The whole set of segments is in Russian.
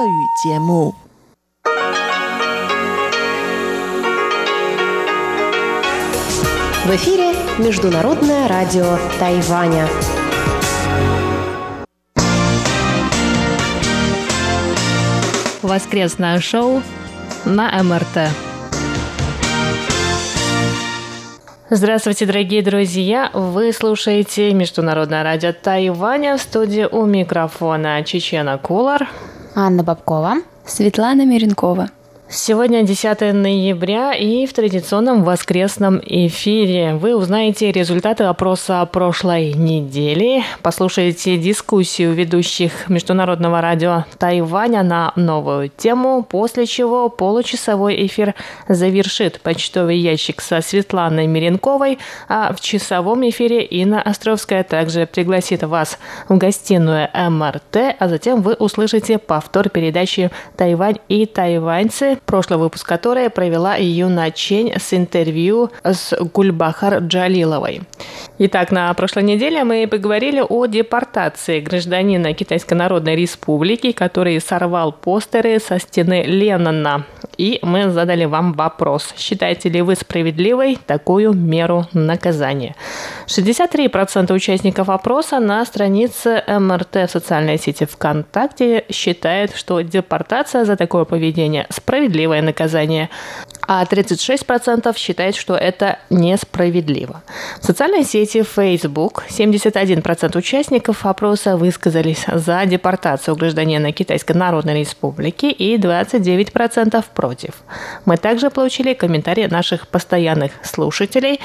节目。 В эфире Международное радио Тайваня. Воскресное шоу на МРТ. Здравствуйте, дорогие друзья! Вы слушаете Международное радио Тайваня. В студии у микрофона Чечена Кулар, Анна Бабкова, Светлана Миренкова. Сегодня 10 ноября, и в традиционном воскресном эфире вы узнаете результаты опроса прошлой недели, послушаете дискуссию ведущих Международного радио Тайваня на новую тему, после чего получасовой эфир завершит почтовый ящик со Светланой Миренковой, а в часовом эфире Инна Островская также пригласит вас в гостиную МРТ, а затем вы услышите повтор передачи «Тайвань и тайваньцы», прошлый выпуск которой провела Юна Чень с интервью с Гульбахар Джалиловой. Итак, на прошлой неделе мы поговорили о депортации гражданина Китайской Народной Республики, который сорвал постеры со стены Леннона. И мы задали вам вопрос: считаете ли вы справедливой такую меру наказания? 63% участников опроса на странице МРТ в социальной сети ВКонтакте считают, что депортация за такое поведение – справедливое наказание, а 36% считают, что это несправедливо. В социальной сети Facebook 71% участников опроса высказались за депортацию гражданина Китайской Народной Республики и 29% против. Мы также получили комментарии наших постоянных слушателей.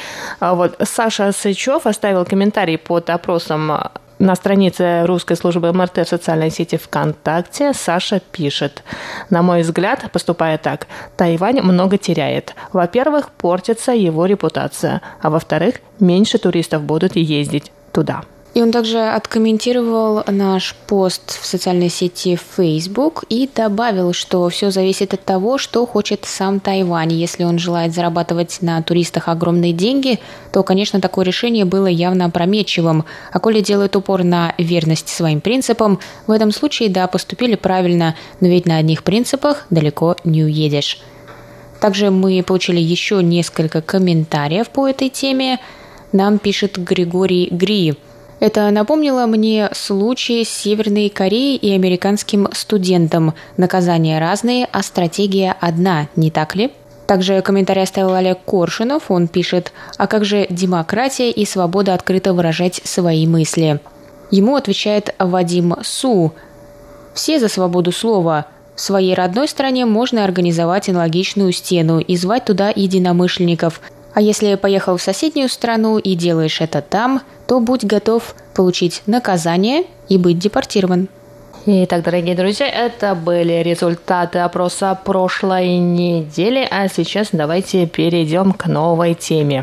Саша Сычев оставил комментарий под опросом на странице русской службы МРТ в социальной сети ВКонтакте. Саша пишет: на мой взгляд, поступая так, Тайвань много теряет. Во-первых, портится его репутация, а во-вторых, меньше туристов будут ездить туда. И он также откомментировал наш пост в социальной сети Facebook и добавил, что все зависит от того, что хочет сам Тайвань. Если он желает зарабатывать на туристах огромные деньги, то, конечно, такое решение было явно опрометчивым. А коли делают упор на верность своим принципам, в этом случае, да, поступили правильно, но ведь на одних принципах далеко не уедешь. Также мы получили еще несколько комментариев по этой теме. Нам пишет Григорий Гри. Это напомнило мне случай с Северной Кореей и американским студентом. Наказания разные, а стратегия одна, не так ли? Также комментарий оставил Олег Коршунов. Он пишет: а как же демократия и свобода открыто выражать свои мысли? Ему отвечает Вадим Су. Все за свободу слова. В своей родной стране можно организовать аналогичную стену и звать туда единомышленников. А если поехал в соседнюю страну и делаешь это там, то будь готов получить наказание и быть депортирован. Итак, дорогие друзья, это были результаты опроса прошлой недели, а сейчас давайте перейдем к новой теме.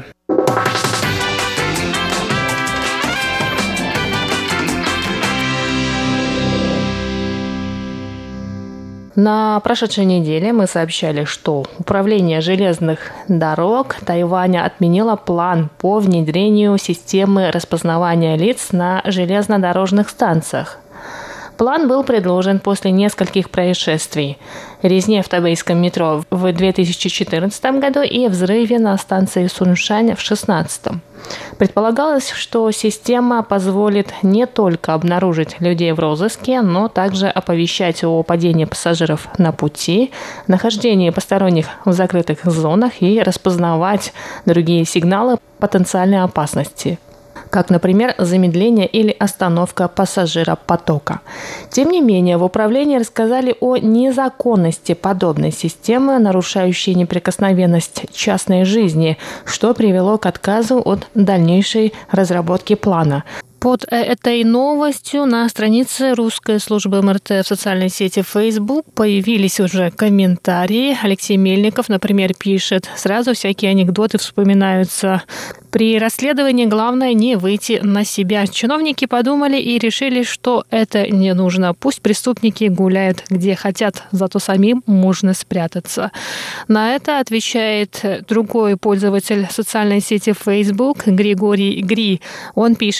На прошедшей неделе мы сообщали, что Управление железных дорог Тайваня отменило план по внедрению системы распознавания лиц на железнодорожных станциях. План был предложен после нескольких происшествий: резни в тайбэйском метро в 2014 году и взрыве на станции Суншань в 2016. Предполагалось, что система позволит не только обнаружить людей в розыске, но также оповещать о падении пассажиров на пути, нахождении посторонних в закрытых зонах и распознавать другие сигналы потенциальной опасности, как, например, замедление или остановка пассажиропотока. Тем не менее, в управлении рассказали о незаконности подобной системы, нарушающей неприкосновенность частной жизни, что привело к отказу от дальнейшей разработки плана. Под этой новостью на странице русской службы МРТ в социальной сети Facebook появились уже комментарии. Алексей Мельников, например, пишет: сразу всякие анекдоты вспоминаются. При расследовании главное не выйти на себя. Чиновники подумали и решили, что это не нужно. Пусть преступники гуляют где хотят, зато самим можно спрятаться. На это отвечает другой пользователь социальной сети Facebook, Григорий Гри. Он пишет: конечно,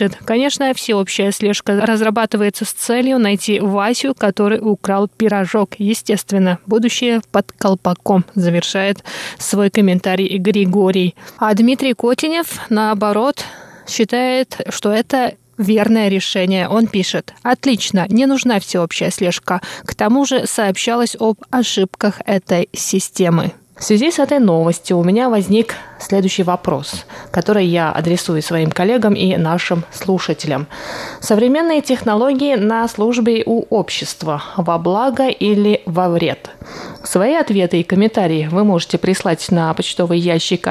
Конечно, всеобщая слежка разрабатывается с целью найти Васю, который украл пирожок. Естественно, будущее под колпаком, завершает свой комментарий Григорий. А Дмитрий Котенев, наоборот, считает, что это верное решение. Он пишет: «Отлично, не нужна всеобщая слежка. К тому же сообщалось об ошибках этой системы». В связи с этой новостью у меня возник следующий вопрос, который я адресую своим коллегам и нашим слушателям. Современные технологии на службе у общества во благо или во вред? Свои ответы и комментарии вы можете прислать на почтовый ящик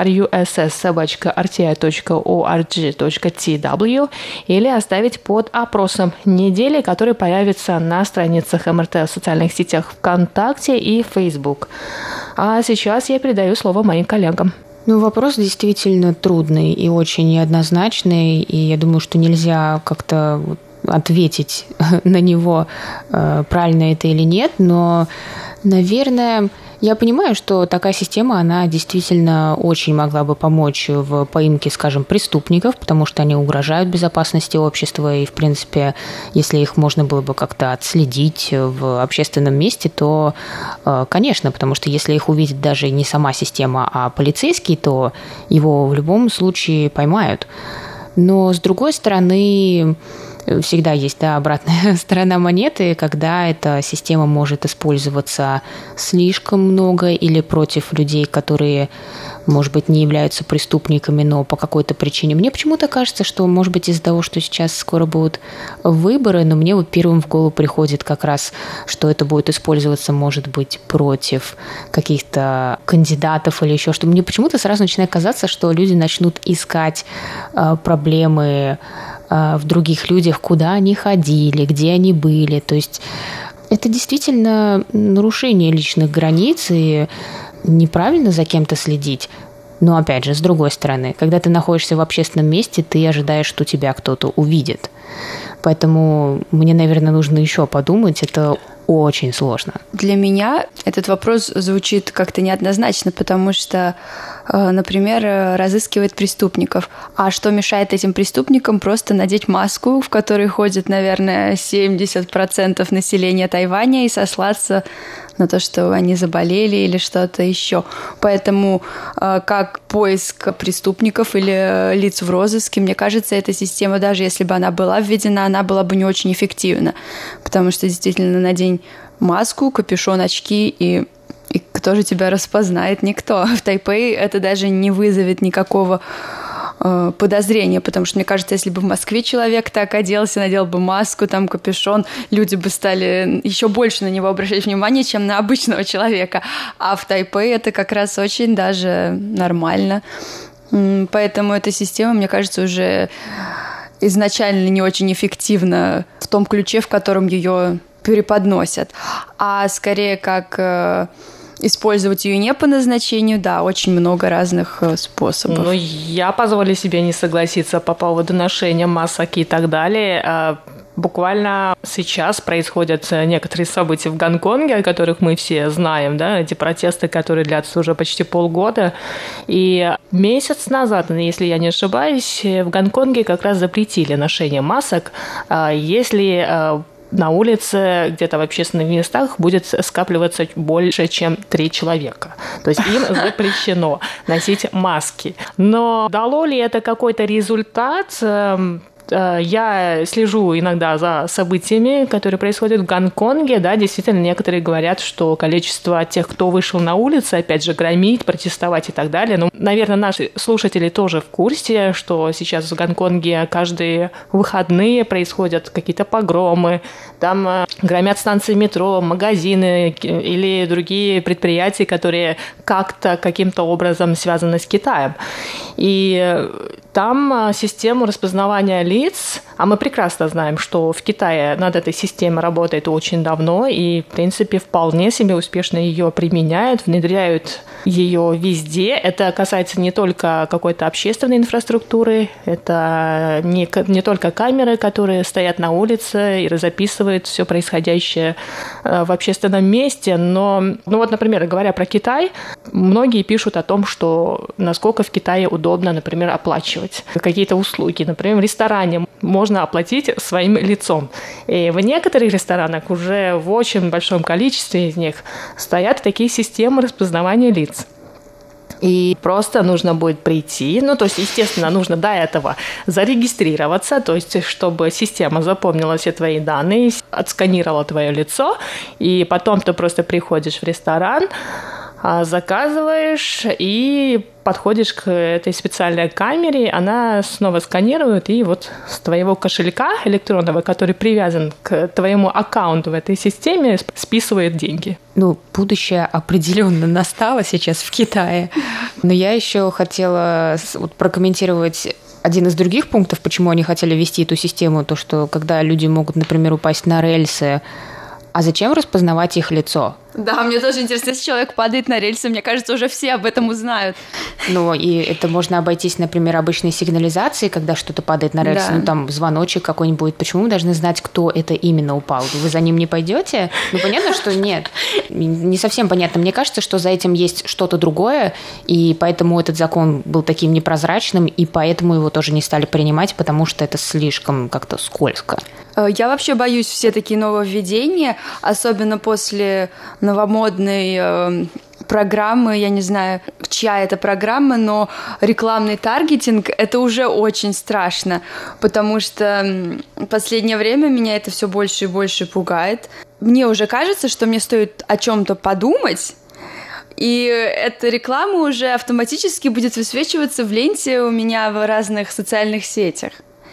russ@rti.org.tw или оставить под опросом недели, который появится на страницах МРТ в социальных сетях ВКонтакте и Facebook. А сейчас я передаю слово моим коллегам. Вопрос действительно трудный и очень неоднозначный, и я думаю, что нельзя как-то ответить на него, правильно это или нет, но, наверное, я понимаю, что такая система, она действительно очень могла бы помочь в поимке, скажем, преступников, потому что они угрожают безопасности общества, и, в принципе, если их можно было бы как-то отследить в общественном месте, то, конечно, потому что если их увидит даже не сама система, а полицейский, то его в любом случае поймают. Но, с другой стороны, всегда есть обратная сторона монеты, когда эта система может использоваться слишком много или против людей, которые, может быть, не являются преступниками, но по какой-то причине. Мне почему-то кажется, что, может быть, из-за того, что сейчас скоро будут выборы, но мне первым в голову приходит как раз, что это будет использоваться, может быть, против каких-то кандидатов или еще что-то. Мне почему-то сразу начинает казаться, что люди начнут искать проблемы в других людях, куда они ходили, где они были. То есть это действительно нарушение личных границ, и неправильно за кем-то следить. Но, опять же, с другой стороны, когда ты находишься в общественном месте, ты ожидаешь, что тебя кто-то увидит. Поэтому мне, наверное, нужно еще подумать. Это очень сложно. Для меня этот вопрос звучит как-то неоднозначно, потому что, например, разыскивает преступников. А что мешает этим преступникам просто надеть маску, в которой ходит, наверное, 70% населения Тайваня, и сослаться на то, что они заболели или что-то еще. Поэтому как поиск преступников или лиц в розыске, мне кажется, эта система, даже если бы она была введена, она была бы не очень эффективна. Потому что действительно надень маску, капюшон, очки, и кто же тебя распознает? Никто. В Тайпэе это даже не вызовет никакого подозрения, потому что, мне кажется, если бы в Москве человек так оделся, надел бы маску, там капюшон, люди бы стали еще больше на него обращать внимание, чем на обычного человека. А в Тайпэе это как раз очень даже нормально. Поэтому эта система, мне кажется, уже изначально не очень эффективна в том ключе, в котором ее преподносят, а скорее как использовать ее не по назначению, да, очень много разных способов. Ну, я позволю себе не согласиться по поводу ношения масок и так далее. Буквально сейчас происходят некоторые события в Гонконге, о которых мы все знаем, да, эти протесты, которые длятся уже почти полгода. И месяц назад, если я не ошибаюсь, в Гонконге как раз запретили ношение масок, если на улице, где-то в общественных местах будет скапливаться больше, чем 3 человека. То есть им запрещено носить маски. Но дало ли это какой-то результат? Я слежу иногда за событиями, которые происходят в Гонконге. Да, действительно, некоторые говорят, что количество тех, кто вышел на улицу, опять же, громить, протестовать и так далее. Ну, наверное, наши слушатели тоже в курсе, что сейчас в Гонконге каждые выходные происходят какие-то погромы, там громят станции метро, магазины или другие предприятия, которые как-то, каким-то образом связаны с Китаем. И там систему распознавания лиц, а мы прекрасно знаем, что в Китае над этой системой работает очень давно, и, в принципе, вполне себе успешно ее применяют, внедряют ее везде. Это касается не только какой-то общественной инфраструктуры, это не только камеры, которые стоят на улице и записывают все происходящее в общественном месте, но, вот, например, говоря про Китай, многие пишут о том, что насколько в Китае удобно, например, оплачивать какие-то услуги. Например, в ресторане распознавание можно оплатить своим лицом. И в некоторых ресторанах уже в очень большом количестве из них стоят такие системы распознавания лиц. И просто нужно будет прийти, то есть, естественно, нужно до этого зарегистрироваться, то есть, чтобы система запомнила все твои данные, отсканировала твое лицо, и потом ты просто приходишь в ресторан, заказываешь и подходишь к этой специальной камере, она снова сканирует, и вот с твоего кошелька электронного, который привязан к твоему аккаунту в этой системе, списывает деньги. Будущее определенно настало сейчас в Китае. Но я еще хотела прокомментировать один из других пунктов, почему они хотели ввести эту систему, то, что когда люди могут, например, упасть на рельсы, а зачем распознавать их лицо? Да, мне тоже интересно, если человек падает на рельсы, мне кажется, уже все об этом узнают. И это можно обойтись, например, обычной сигнализацией, когда что-то падает на рельсы, там звоночек какой-нибудь будет. Почему мы должны знать, кто это именно упал? Вы за ним не пойдете? Понятно, что нет. Не совсем понятно. Мне кажется, что за этим есть что-то другое, и поэтому этот закон был таким непрозрачным, и поэтому его тоже не стали принимать, потому что это слишком как-то скользко. Я вообще боюсь все такие нововведения, особенно после новомодной программы, я не знаю, чья это программа, но рекламный таргетинг — это уже очень страшно, потому что в последнее время меня это все больше и больше пугает. Мне уже кажется, что мне стоит о чем-то подумать, и эта реклама уже автоматически будет высвечиваться в ленте у меня в разных социальных сетях.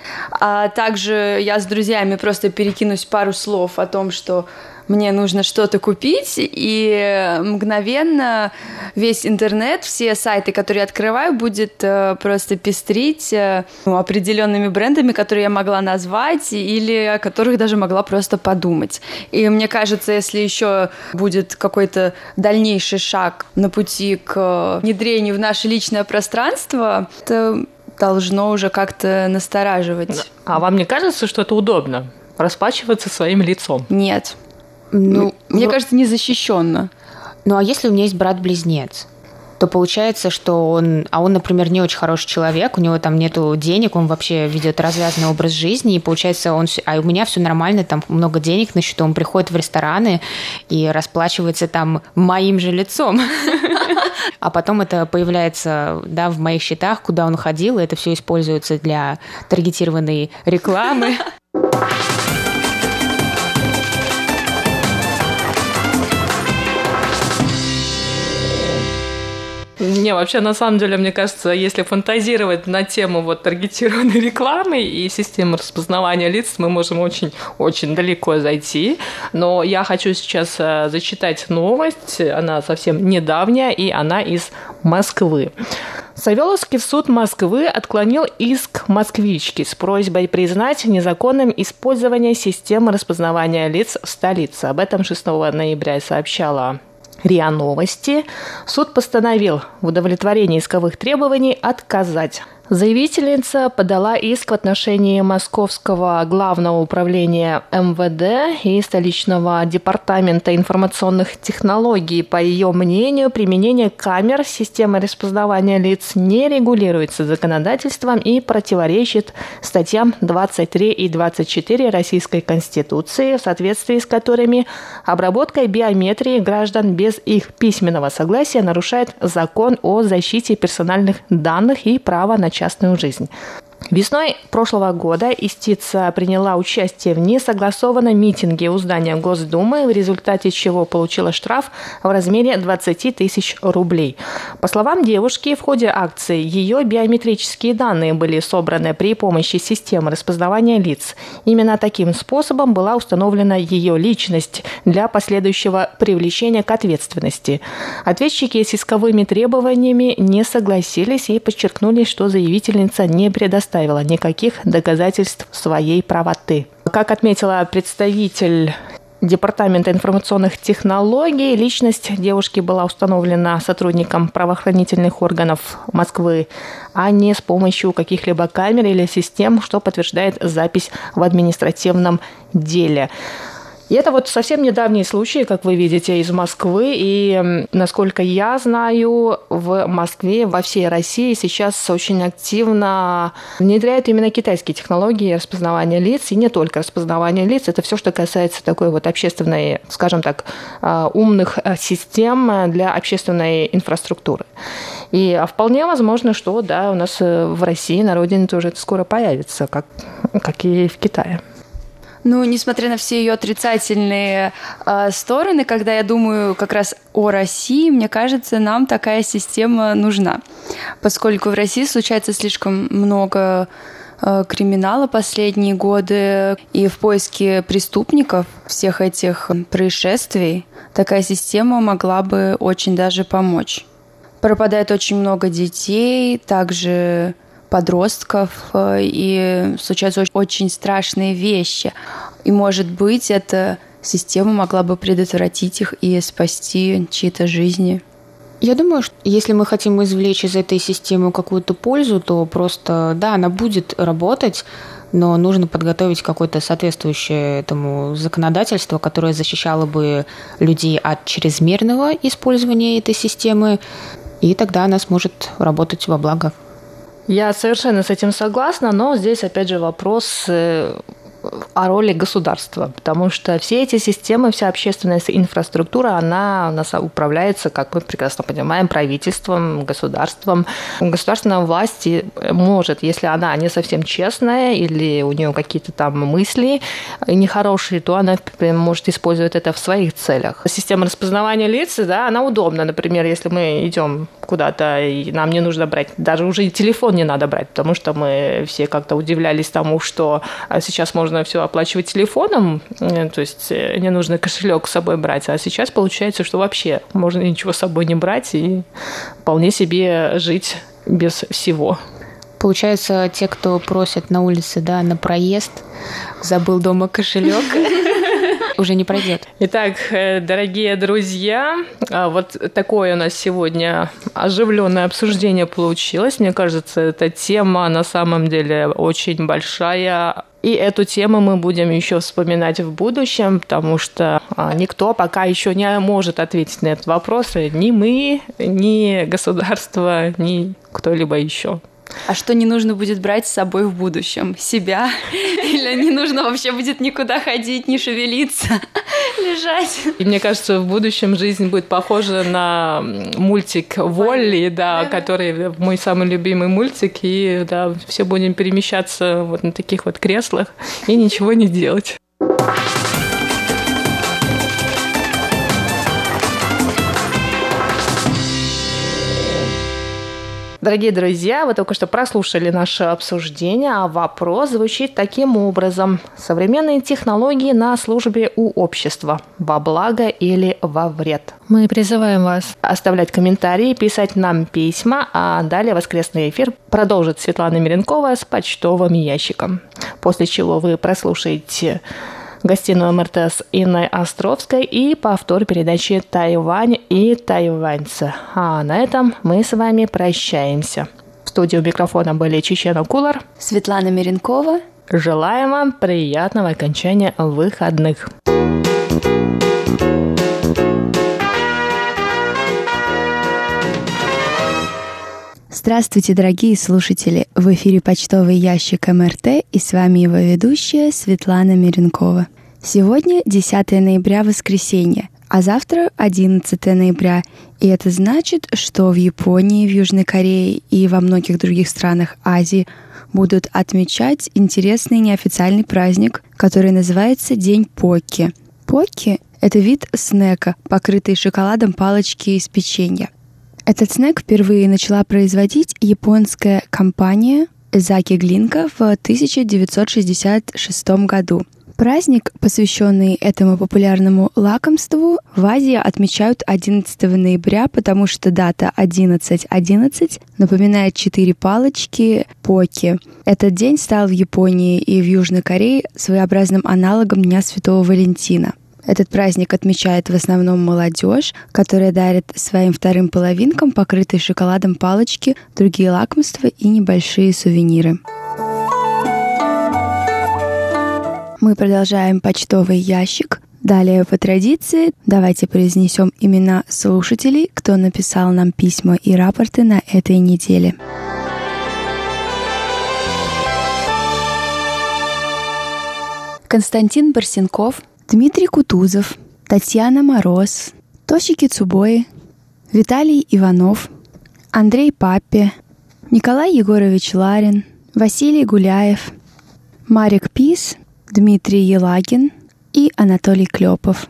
А также я с друзьями просто перекинусь пару слов о том, что мне нужно что-то купить, и мгновенно весь интернет, все сайты, которые я открываю, будет просто пестрить определенными брендами, которые я могла назвать или о которых даже могла просто подумать. И мне кажется, если еще будет какой-то дальнейший шаг на пути к внедрению в наше личное пространство, это должно уже как-то настораживать. А вам не кажется, что это удобно? Расплачиваться своим лицом? Нет. Мне кажется, незащищенно. А если у меня есть брат-близнец, то получается, что он, например, не очень хороший человек, у него там нету денег, он вообще ведет развязанный образ жизни, и получается, у меня все нормально, там много денег на счету, он приходит в рестораны и расплачивается там моим же лицом. А потом это появляется, в моих счетах, куда он ходил, и это все используется для таргетированной рекламы. Не, вообще, на самом деле, мне кажется, если фантазировать на тему таргетированной рекламы и системы распознавания лиц, мы можем очень-очень далеко зайти. Но я хочу сейчас зачитать новость, она совсем недавняя, и она из Москвы. Савеловский суд Москвы отклонил иск москвички с просьбой признать незаконным использование системы распознавания лиц в столице. Об этом 6 ноября сообщала РИА Новости. Суд постановил в удовлетворении исковых требований отказать. Заявительница подала иск в отношении Московского главного управления МВД и столичного департамента информационных технологий. По ее мнению, применение камер системы распознавания лиц не регулируется законодательством и противоречит статьям 23 и 24 Российской Конституции, в соответствии с которыми обработка биометрии граждан без их письменного согласия нарушает закон о защите персональных данных и право на частную жизнь. Весной прошлого года истица приняла участие в несогласованном митинге у здания Госдумы, в результате чего получила штраф в размере 20 тысяч рублей. По словам девушки, в ходе акции ее биометрические данные были собраны при помощи системы распознавания лиц. Именно таким способом была установлена ее личность для последующего привлечения к ответственности. Ответчики с исковыми требованиями не согласились и подчеркнули, что заявительница не предоставила никаких доказательств своей правоты. Как отметила представитель Департамента информационных технологий, личность девушки была установлена сотрудником правоохранительных органов Москвы, а не с помощью каких-либо камер или систем, что подтверждает запись в административном деле. И это вот совсем недавние случаи, как вы видите, из Москвы. И, насколько я знаю, в Москве, во всей России сейчас очень активно внедряют именно китайские технологии распознавания лиц. И не только распознавания лиц. Это все, что касается такой вот общественной, скажем так, умных систем для общественной инфраструктуры. И вполне возможно, что да, у нас в России, на родине тоже это скоро появится, как и в Китае. Ну, несмотря на все ее отрицательные стороны, когда я думаю как раз о России, мне кажется, нам такая система нужна. Поскольку в России случается слишком много криминала последние годы, и в поиске преступников всех этих происшествий такая система могла бы очень даже помочь. Пропадает очень много детей, также подростков, и случаются очень страшные вещи. И, может быть, эта система могла бы предотвратить их и спасти чьи-то жизни. Я думаю, что если мы хотим извлечь из этой системы какую-то пользу, то просто, да, она будет работать, но нужно подготовить какое-то соответствующее этому законодательство, которое защищало бы людей от чрезмерного использования этой системы, и тогда она сможет работать во благо. Я совершенно с этим согласна, но здесь опять же вопрос о роли государства, потому что все эти системы, вся общественная инфраструктура, она у нас управляется, как мы прекрасно понимаем, правительством, государством. Государственная власть может, если она не совсем честная или у нее какие-то там мысли нехорошие, то она может использовать это в своих целях. Система распознавания лиц, да, она удобна. Например, если мы идем куда-то, и нам не нужно брать, даже уже и телефон не надо брать, потому что мы все как-то удивлялись тому, что сейчас можно все оплачивать телефоном, то есть не нужно кошелек с собой брать, а сейчас получается, что вообще можно ничего с собой не брать и вполне себе жить без всего. Получается, те, кто просят на улице, да, на проезд, забыл дома кошелек, уже не пройдет. Итак, дорогие друзья, вот такое у нас сегодня оживленное обсуждение получилось. Мне кажется, эта тема на самом деле очень большая. И эту тему мы будем еще вспоминать в будущем, потому что никто пока еще не может ответить на этот вопрос. Ни мы, ни государство, ни кто-либо еще. А что не нужно будет брать с собой в будущем? Себя? Или не нужно вообще будет никуда ходить, не шевелиться, лежать? И мне кажется, в будущем жизнь будет похожа на мультик «Волли», да, который мой самый любимый мультик, и да, все будем перемещаться вот на таких вот креслах и ничего не делать. Дорогие друзья, вы только что прослушали наше обсуждение, а вопрос звучит таким образом. Современные технологии на службе у общества. Во благо или во вред? Мы призываем вас оставлять комментарии, писать нам письма, а далее воскресный эфир продолжит Светлана Миренкова с почтовым ящиком. После чего вы прослушаете гостиную МРТ с Инной Островской и повтор передачи «Тайвань и тайваньцы». А на этом мы с вами прощаемся. В студии у микрофона были Чечена Кулар, Светлана Миренкова. Желаем вам приятного окончания выходных. Здравствуйте, дорогие слушатели! В эфире почтовый ящик МРТ, и с вами его ведущая Светлана Миренкова. Сегодня 10 ноября, воскресенье, а завтра 11 ноября. И это значит, что в Японии, в Южной Корее и во многих других странах Азии будут отмечать интересный неофициальный праздник, который называется День Покки. Покки — это вид снека, покрытый шоколадом палочки из печенья. Этот снэк впервые начала производить японская компания Заки Глинка в 1966 году. Праздник, посвященный этому популярному лакомству, в Азии отмечают 11 ноября, потому что дата 11.11 напоминает 4 палочки покки. Этот день стал в Японии и в Южной Корее своеобразным аналогом Дня Святого Валентина. Этот праздник отмечает в основном молодежь, которая дарит своим вторым половинкам покрытые шоколадом палочки, другие лакомства и небольшие сувениры. Мы продолжаем почтовый ящик. Далее, по традиции, давайте произнесем имена слушателей, кто написал нам письма и рапорты на этой неделе. Константин Барсенков, Дмитрий Кутузов, Татьяна Мороз, Тоши Кицубой, Виталий Иванов, Андрей Паппе, Николай Егорович Ларин, Василий Гуляев, Марик Пис, Дмитрий Елагин и Анатолий Клепов.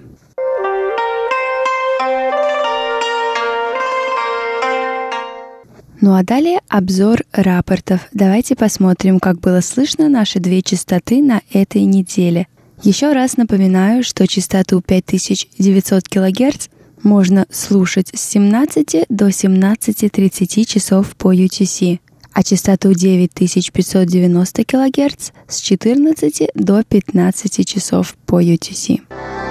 Ну а далее обзор рапортов. Давайте посмотрим, как было слышно наши две частоты на этой неделе. Еще раз напоминаю, что частоту 5900 кГц можно слушать с 17 до 17:30 часов по UTC, а частоту 9590 кГц с 14 до 15 часов по UTC.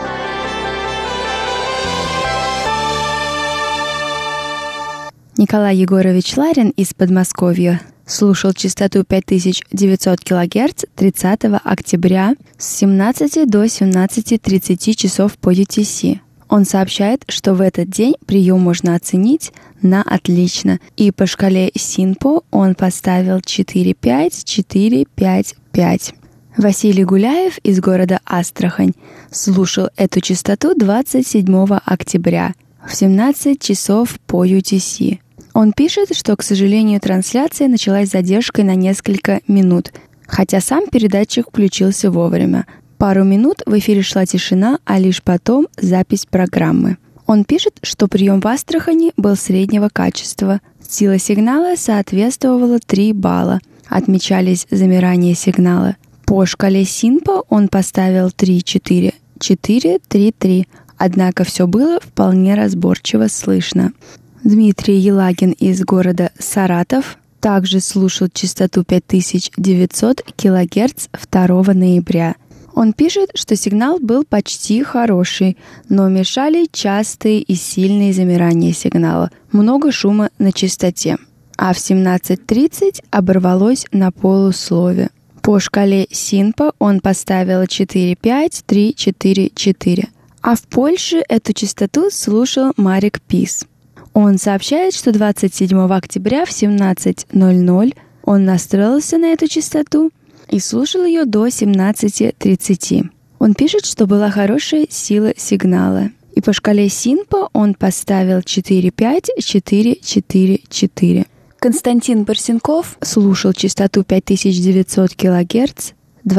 Николай Егорович Ларин из Подмосковья слушал частоту 5900 кГц 30 октября с 17 до 17:30 часов по UTC. Он сообщает, что в этот день прием можно оценить на отлично, и по шкале СИНПО он поставил 4,5, 4,5, 5. Василий Гуляев из города Астрахань слушал эту частоту 27 октября в 17 часов по UTC. Он пишет, что, к сожалению, трансляция началась с задержкой на несколько минут, хотя сам передатчик включился вовремя. Пару минут в эфире шла тишина, а лишь потом запись программы. Он пишет, что прием в Астрахани был среднего качества. Сила сигнала соответствовала 3 балла. Отмечались замирания сигнала. По шкале СИНПО он поставил 3,4, 4,3,3. Однако все было вполне разборчиво слышно. Дмитрий Елагин из города Саратов также слушал частоту 5900 кГц 2 ноября. Он пишет, что сигнал был почти хороший, но мешали частые и сильные замирания сигнала, много шума на частоте. А в 17:30 оборвалось на полуслове. По шкале СИНПО он поставил 4,5, 3, 4, 4. А в Польше эту частоту слушал Марик Пис. Он сообщает, что 27 октября в 17:00 он настроился на эту частоту и слушал ее до 17:30. Он пишет, что была хорошая сила сигнала. И по шкале СИНПО он поставил 4,5, 4, 4, 4. Константин Барсенков слушал частоту 5900 кГц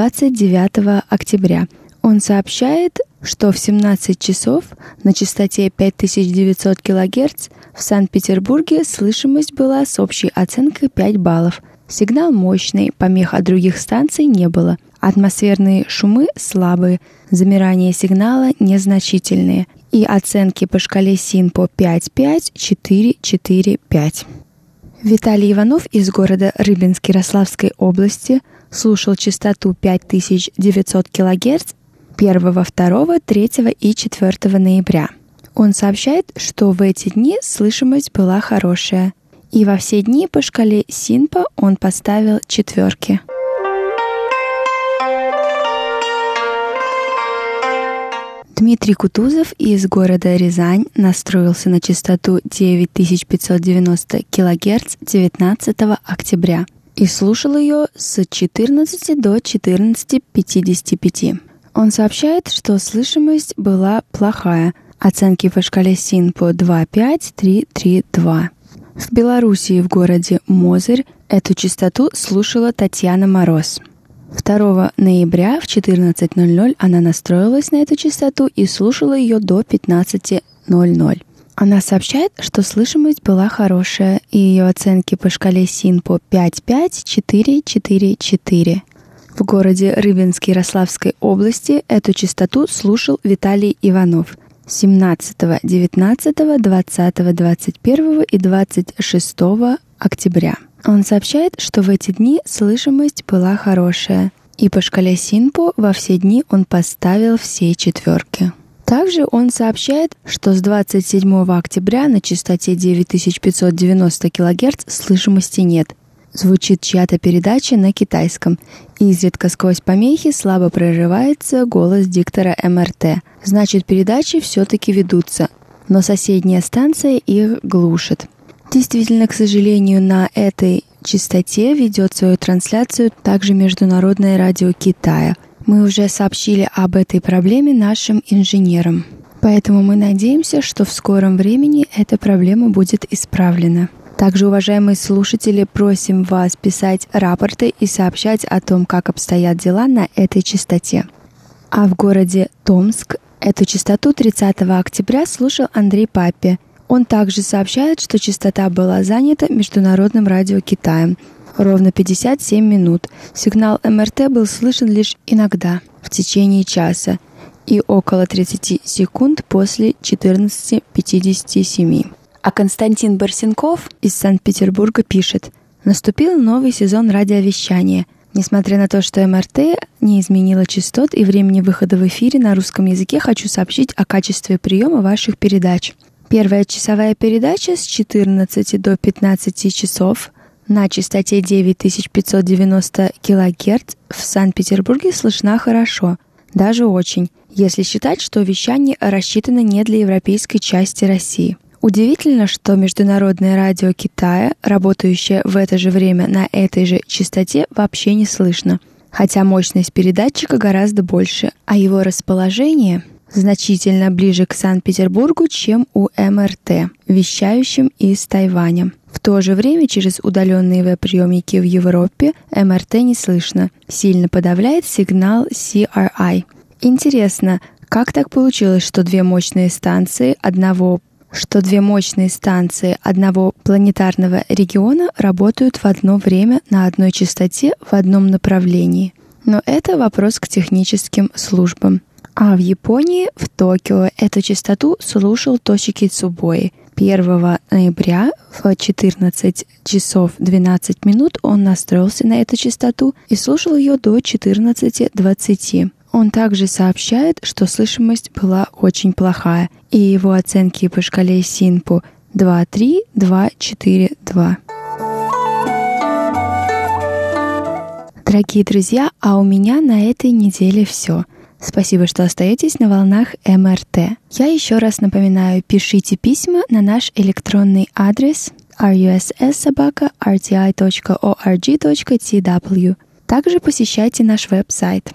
29 октября. Он сообщает, что в 17 часов на частоте 5900 кГц в Санкт-Петербурге слышимость была с общей оценкой 5 баллов. Сигнал мощный, помех от других станций не было. Атмосферные шумы слабые, замирания сигнала незначительные. И оценки по шкале СИНПО 5,5, 4, 4, 5. Виталий Иванов из города Рыбинск Ярославской области слушал частоту 5900 кГц 1, 2, 3 и 4 ноября. Он сообщает, что в эти дни слышимость была хорошая. И во все дни по шкале СИНПО он поставил 4. Дмитрий Кутузов из города Рязань настроился на частоту 9590 кГц 19 октября и слушал ее с 14 до 14:55. Он сообщает, что слышимость была плохая. Оценки по шкале СИНПО 2,5, 3, 3, 2. В Белоруссии в городе Мозырь эту частоту слушала Татьяна Мороз. 2 ноября в 14:00 она настроилась на эту частоту и слушала ее до 15:00. Она сообщает, что слышимость была хорошая, и ее оценки по шкале СИНПО 5,5, 4, 4, 4. В городе Рыбинск Ярославской области эту частоту слушал Виталий Иванов 17, 19, 20, 21 и 26 октября. Он сообщает, что в эти дни слышимость была хорошая, и по шкале СИНПО во все дни он поставил все 4. Также он сообщает, что с 27 октября на частоте 9590 кГц слышимости нет. звучит чья-то передача на китайском. Изредка сквозь помехи слабо прорывается голос диктора МРТ. Значит, передачи все-таки ведутся, но соседняя станция их глушит. Действительно, к сожалению, на этой частоте ведет свою трансляцию также Международное радио Китая. Мы уже сообщили об этой проблеме нашим инженерам. Поэтому мы надеемся, что в скором времени эта проблема будет исправлена. Также, уважаемые слушатели, просим вас писать рапорты и сообщать о том, как обстоят дела на этой частоте. А в городе Томск эту частоту 30 октября слушал Андрей Папе. Он также сообщает, что частота была занята Международным радио Китая ровно 57 минут. Сигнал МРТ был слышен лишь иногда, в течение часа, и около 30 секунд после 14:57. А Константин Барсенков из Санкт-Петербурга пишет: «Наступил новый сезон радиовещания. Несмотря на то, что МРТ не изменила частот и времени выхода в эфире на русском языке, хочу сообщить о качестве приема ваших передач. Первая часовая передача с 14 до 15 часов на частоте 9590 кГц в Санкт-Петербурге слышна хорошо, даже очень, если считать, что вещание рассчитано не для европейской части России. Удивительно, что Международное радио Китая, работающее в это же время на этой же частоте, вообще не слышно, хотя мощность передатчика гораздо больше, а его расположение значительно ближе к Санкт-Петербургу, чем у МРТ, вещающим из Тайваня. В то же время через удаленные веб-приемники в Европе МРТ не слышно, сильно подавляет сигнал CRI. Интересно, как так получилось, что две мощные станции одного планетарного региона работают в одно время на одной частоте в одном направлении? Но это вопрос к техническим службам. А в Японии, в Токио, эту частоту слушал Тошики Цубои. 1 ноября в 14 часов 12 минут он настроился на эту частоту и слушал ее до 14:20. Он также сообщает, что слышимость была очень плохая, и его оценки по шкале Синпу 2.3, 2.4, 2. Дорогие друзья, а у меня на этой неделе все. Спасибо, что остаетесь на волнах МРТ. Я еще раз напоминаю, пишите письма на наш электронный адрес russ@rti.org.tw. Также посещайте наш веб-сайт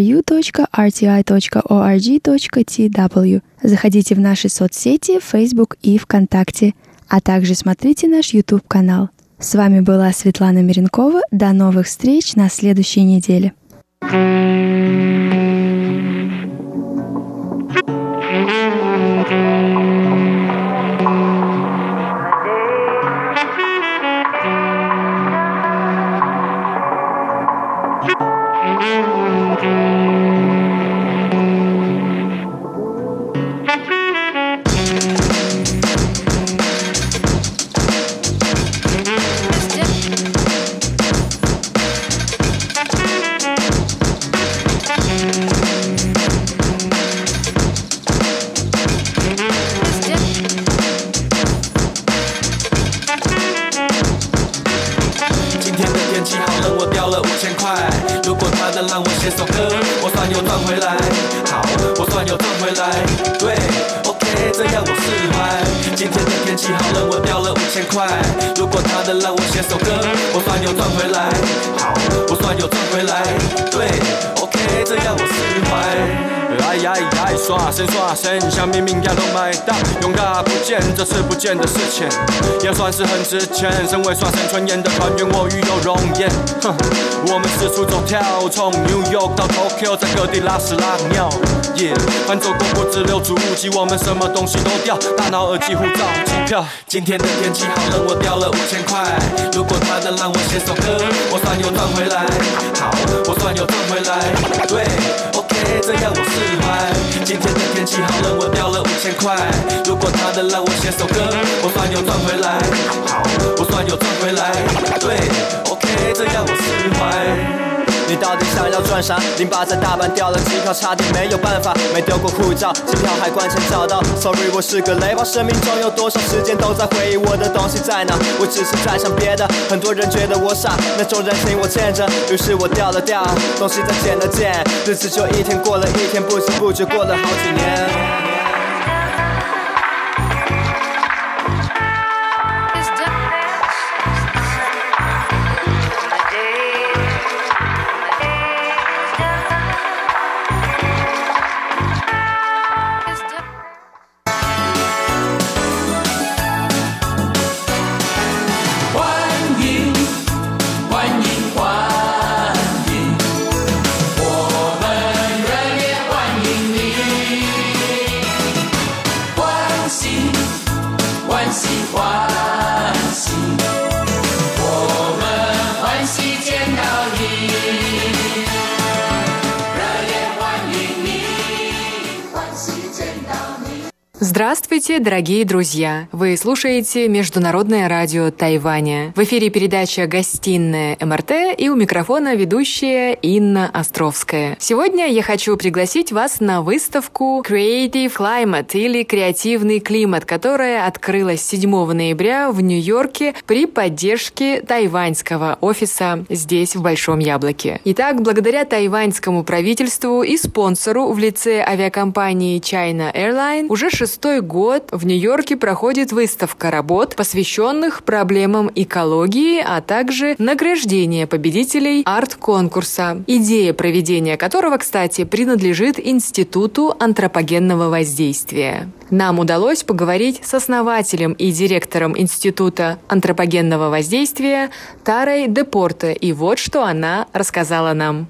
ru.rti.org.tw. Заходите в наши соцсети Facebook и ВКонтакте, а также смотрите наш YouTube-канал. С вами была Светлана Миренкова. До новых встреч на следующей неделе. 刷身，想明明要都买到，勇敢不见这次不见的事情，也算是很值钱。身为刷身纯演的团员，我与有容颜。哼，我们四处走跳，从 New York 到 Tokyo， 在各地拉屎拉尿。翻走过不止6组5级，我们什么东西都掉，大脑、耳机、护照、机票。今天的天气好冷，我掉了5000块。如果他能让我写首歌，我算有赚回来。好，我算有赚回来。对 ，OK， 这样我释怀。今天的天气好冷，我掉了5000块。如果他能让我写首歌，我算有赚回来。好，我算有赚回来。对 ，OK， 这样我释怀。 你到底想要赚啥？08在大阪掉了机票，差点没有办法，没丢过护照，机票海关前找到。Sorry， 我是个雷包，生命中有多少时间都在回忆我的东西在哪？我只是在想别的，很多人觉得我傻，那种人情我欠着，于是我掉了掉，东西再捡了捡，日子就一天过了一天，不知不觉过了好几年。 Здравствуйте, дорогие друзья! Вы слушаете Международное радио Тайваня. В эфире передача «Гостиная МРТ» и у микрофона ведущая Инна Островская. Сегодня я хочу пригласить вас на выставку Creative Climate или «Креативный климат», которая открылась 7 ноября в Нью-Йорке при поддержке тайваньского офиса здесь, в Большом Яблоке. Итак, благодаря тайваньскому правительству и спонсору в лице авиакомпании China Airlines уже 6-й год в Нью-Йорке проходит выставка работ, посвященных проблемам экологии, а также награждение победителей арт-конкурса, идея проведения которого, кстати, принадлежит Институту антропогенного воздействия. Нам удалось поговорить с основателем и директором Института антропогенного воздействия Тарой Депорте, и вот что она рассказала нам.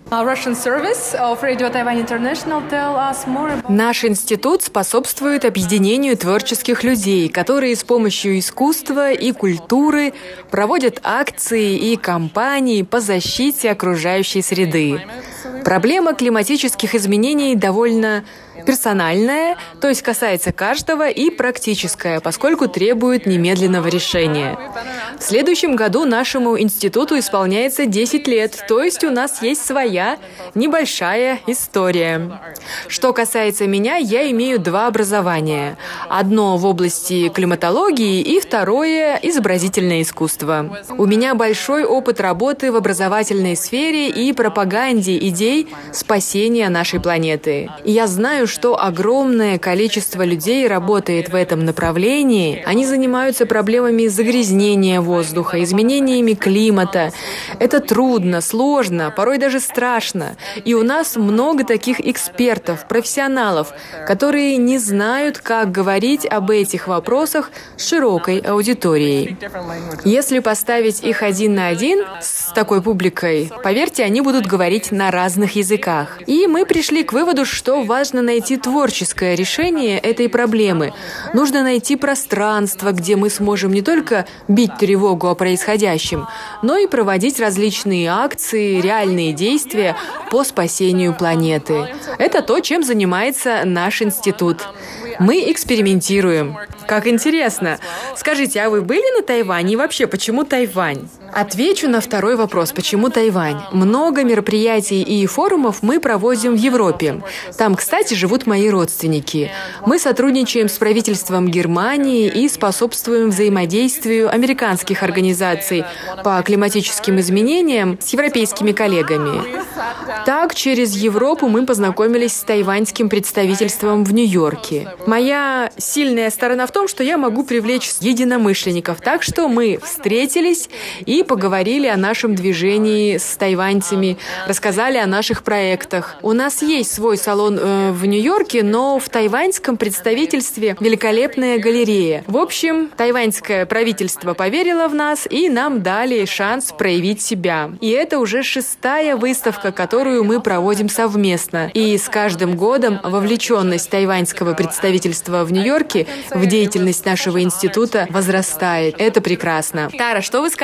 Наш институт способствует объединению творческих людей, которые с помощью искусства и культуры проводят акции и кампании по защите окружающей среды. Проблема климатических изменений довольно персональная, то есть касается каждого, и практическая, поскольку требует немедленного решения. В следующем году нашему институту исполняется 10 лет, то есть у нас есть своя небольшая история. Что касается меня, я имею 2 образования. Одно в области климатологии и второе – изобразительное искусство. У меня большой опыт работы в образовательной сфере и пропаганде идей спасения нашей планеты. И я знаю, что огромное количество людей работает в этом направлении. Они занимаются проблемами загрязнения воздуха, изменениями климата. Это трудно, сложно, порой даже страшно. И у нас много таких экспертов, профессионалов, которые не знают, как говорить об этих вопросах с широкой аудиторией. Если поставить их один на один с такой публикой, поверьте, они будут говорить на разных языках. И мы пришли к выводу, что важно найти творческое решение этой проблемы. Нужно найти пространство, где мы сможем не только бить тревогу о происходящем, но и проводить различные акции, реальные действия по спасению планеты. Это то, чем занимается наш институт. Мы экспериментируем. Как интересно. Скажите, а вы были на Тайване и вообще, почему Тайвань? Отвечу на второй вопрос. Почему Тайвань? Много мероприятий и форумов мы проводим в Европе. Там, кстати, живут мои родственники. Мы сотрудничаем с правительством Германии и способствуем взаимодействию американских организаций по климатическим изменениям с европейскими коллегами. Так, через Европу мы познакомились с тайваньским представительством в Нью-Йорке. Моя сильная сторона в том, что я могу привлечь единомышленников. Так что мы встретились и поговорили о нашем движении с тайваньцами, рассказали о наших проектах. У нас есть свой салон в Нью-Йорке, но в тайваньском представительстве великолепная галерея. В общем, тайваньское правительство поверило в нас и нам дали шанс проявить себя. И это уже 6-я выставка, которую мы проводим совместно. И с каждым годом вовлеченность тайваньского представительства в Нью-Йорке в деятельность нашего института возрастает. Это прекрасно. Тара, что вы скажете о Тайване?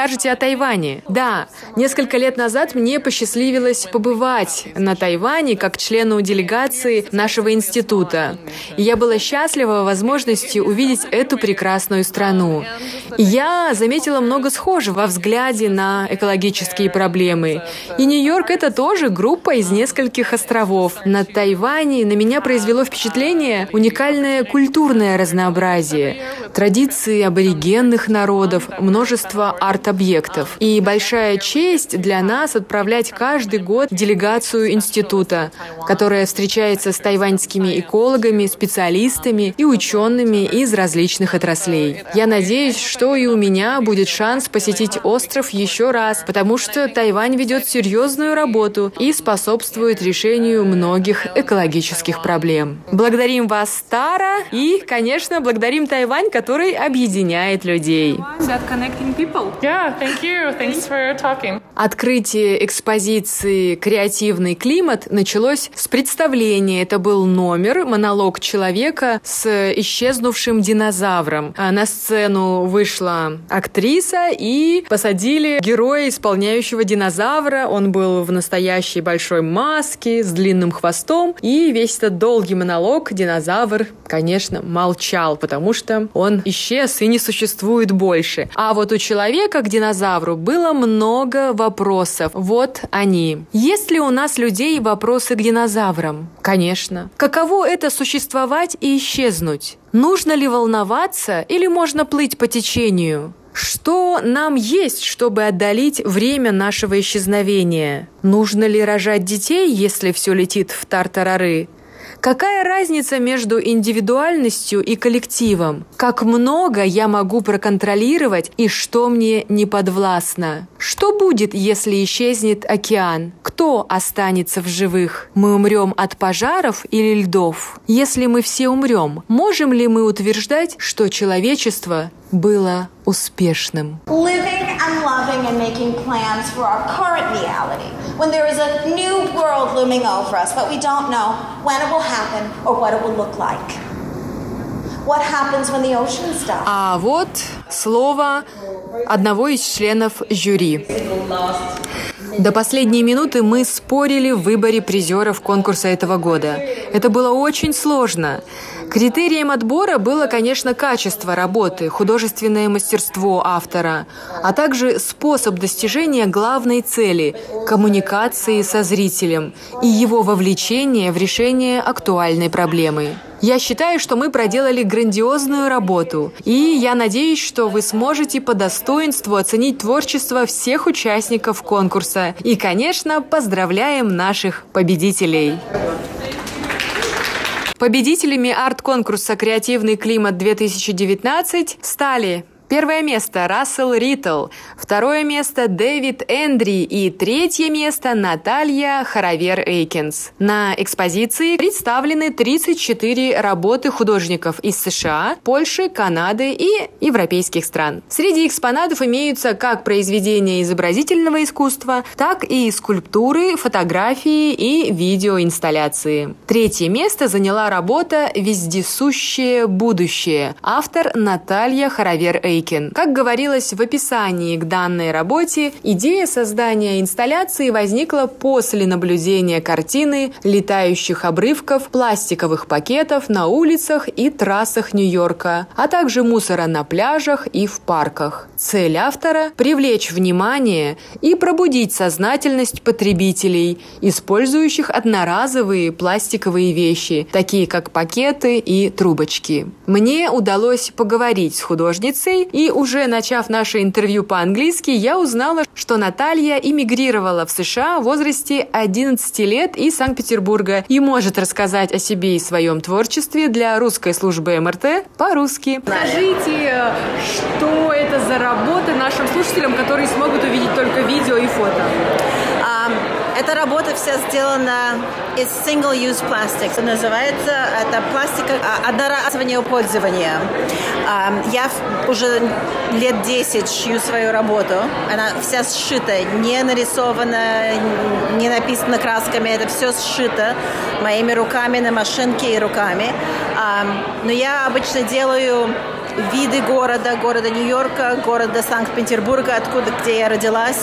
Тайване. Да, несколько лет назад мне посчастливилось побывать на Тайване как члену делегации нашего института. И я была счастлива возможности увидеть эту прекрасную страну. И я заметила много схожего во взгляде на экологические проблемы. И Нью-Йорк — это тоже группа из нескольких островов. На Тайване на меня произвело впечатление уникальное культурное разнообразие, традиции аборигенных народов, множество арт-объектов. И большая честь для нас отправлять каждый год делегацию института, которая встречается с тайваньскими экологами, специалистами и учеными из различных отраслей. Я надеюсь, что и у меня будет шанс посетить остров еще раз, потому что Тайвань ведет серьезную работу и способствует решению многих экологических проблем. Благодарим вас, Тара, и, конечно, благодарим Тайвань, который объединяет людей. Открытие экспозиции «Креативный климат» началось с представления. Это был номер, монолог человека с исчезнувшим динозавром. На сцену вышла актриса и посадили героя, исполняющего динозавра. Он был в настоящей большой маске с длинным хвостом. И весь этот долгий монолог динозавр, конечно, молчал, потому что он исчез и не существует больше. А вот у человека к динозавру было много вопросов. Вот они. Есть ли у нас, людей, вопросы к динозаврам? Конечно. Каково это существовать и исчезнуть? Нужно ли волноваться или можно плыть по течению? Что нам есть, чтобы отдалить время нашего исчезновения? Нужно ли рожать детей, если все летит в тартарары? Какая разница между индивидуальностью и коллективом? Как много я могу проконтролировать и что мне не подвластно? Что будет, если исчезнет океан? Кто останется в живых? Мы умрем от пожаров или льдов? Если мы все умрем, можем ли мы утверждать, что человечество было успешным? And loving and making plans for our current reality, when there is a new world looming over us, but we don't know when it will happen or what it will look like. What happens when the oceans die? А вот слово одного из членов жюри. До последней минуты мы спорили в выборе призеров конкурса этого года. Это было очень сложно. Критерием отбора было, конечно, качество работы, художественное мастерство автора, а также способ достижения главной цели – коммуникации со зрителем и его вовлечения в решение актуальной проблемы. Я считаю, что мы проделали грандиозную работу, и я надеюсь, что вы сможете по достоинству оценить творчество всех участников конкурса. И, конечно, поздравляем наших победителей! Победителями арт-конкурса «Креативный климат-2019» стали: первое место – Рассел Риттл, второе место – Дэвид Эндри и третье место – Наталья Харавер-Эйкинс. На экспозиции представлены 34 работы художников из США, Польши, Канады и европейских стран. Среди экспонатов имеются как произведения изобразительного искусства, так и скульптуры, фотографии и видеоинсталляции. Третье место заняла работа «Вездесущее будущее», автор Наталья Харавер-Эйкинс. Как говорилось в описании к данной работе, идея создания инсталляции возникла после наблюдения картины летающих обрывков пластиковых пакетов на улицах и трассах Нью-Йорка, а также мусора на пляжах и в парках. Цель автора – привлечь внимание и пробудить сознательность потребителей, использующих одноразовые пластиковые вещи, такие как пакеты и трубочки. Мне удалось поговорить с художницей, и уже начав наше интервью по-английски, я узнала, что Наталья эмигрировала в США в возрасте 11 лет из Санкт-Петербурга и может рассказать о себе и своем творчестве для русской службы МРТ по-русски. Скажите, что это за работа нашим слушателям, которые смогут увидеть только видео и фото? Эта работа вся сделана из single-use plastics. Называется это пластик одноразового пользования. Я уже лет 10 шью свою работу. Она вся сшита, не нарисована, не написана красками. Это все сшито моими руками на машинке и руками. Но я обычно делаю виды города Нью-Йорка, города Санкт-Петербурга, где я родилась.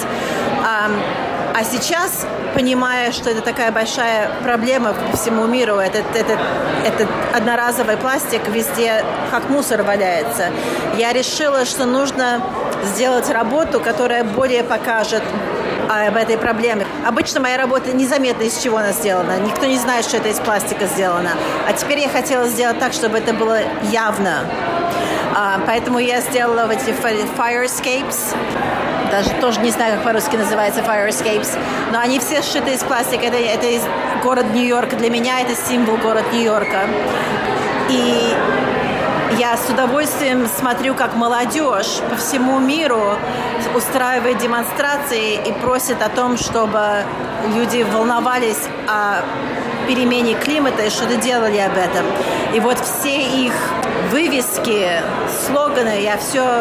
А сейчас, понимая, что это такая большая проблема по всему миру, этот одноразовый пластик везде как мусор валяется, я решила, что нужно сделать работу, которая более покажет об этой проблеме. Обычно моя работа незаметна, из чего она сделана. Никто не знает, что это из пластика сделано. А теперь я хотела сделать так, чтобы это было явно. Поэтому я сделала эти firescapes. Даже тоже не знаю, как по-русски называется firescapes. Но они все сшиты из пластика. Это из города Нью-Йорка. Для меня это символ города Нью-Йорка. И я с удовольствием смотрю, как молодежь по всему миру устраивает демонстрации и просит о том, чтобы люди волновались о перемене климата и что-то делали об этом. И вот все их вывески, слоганы, я все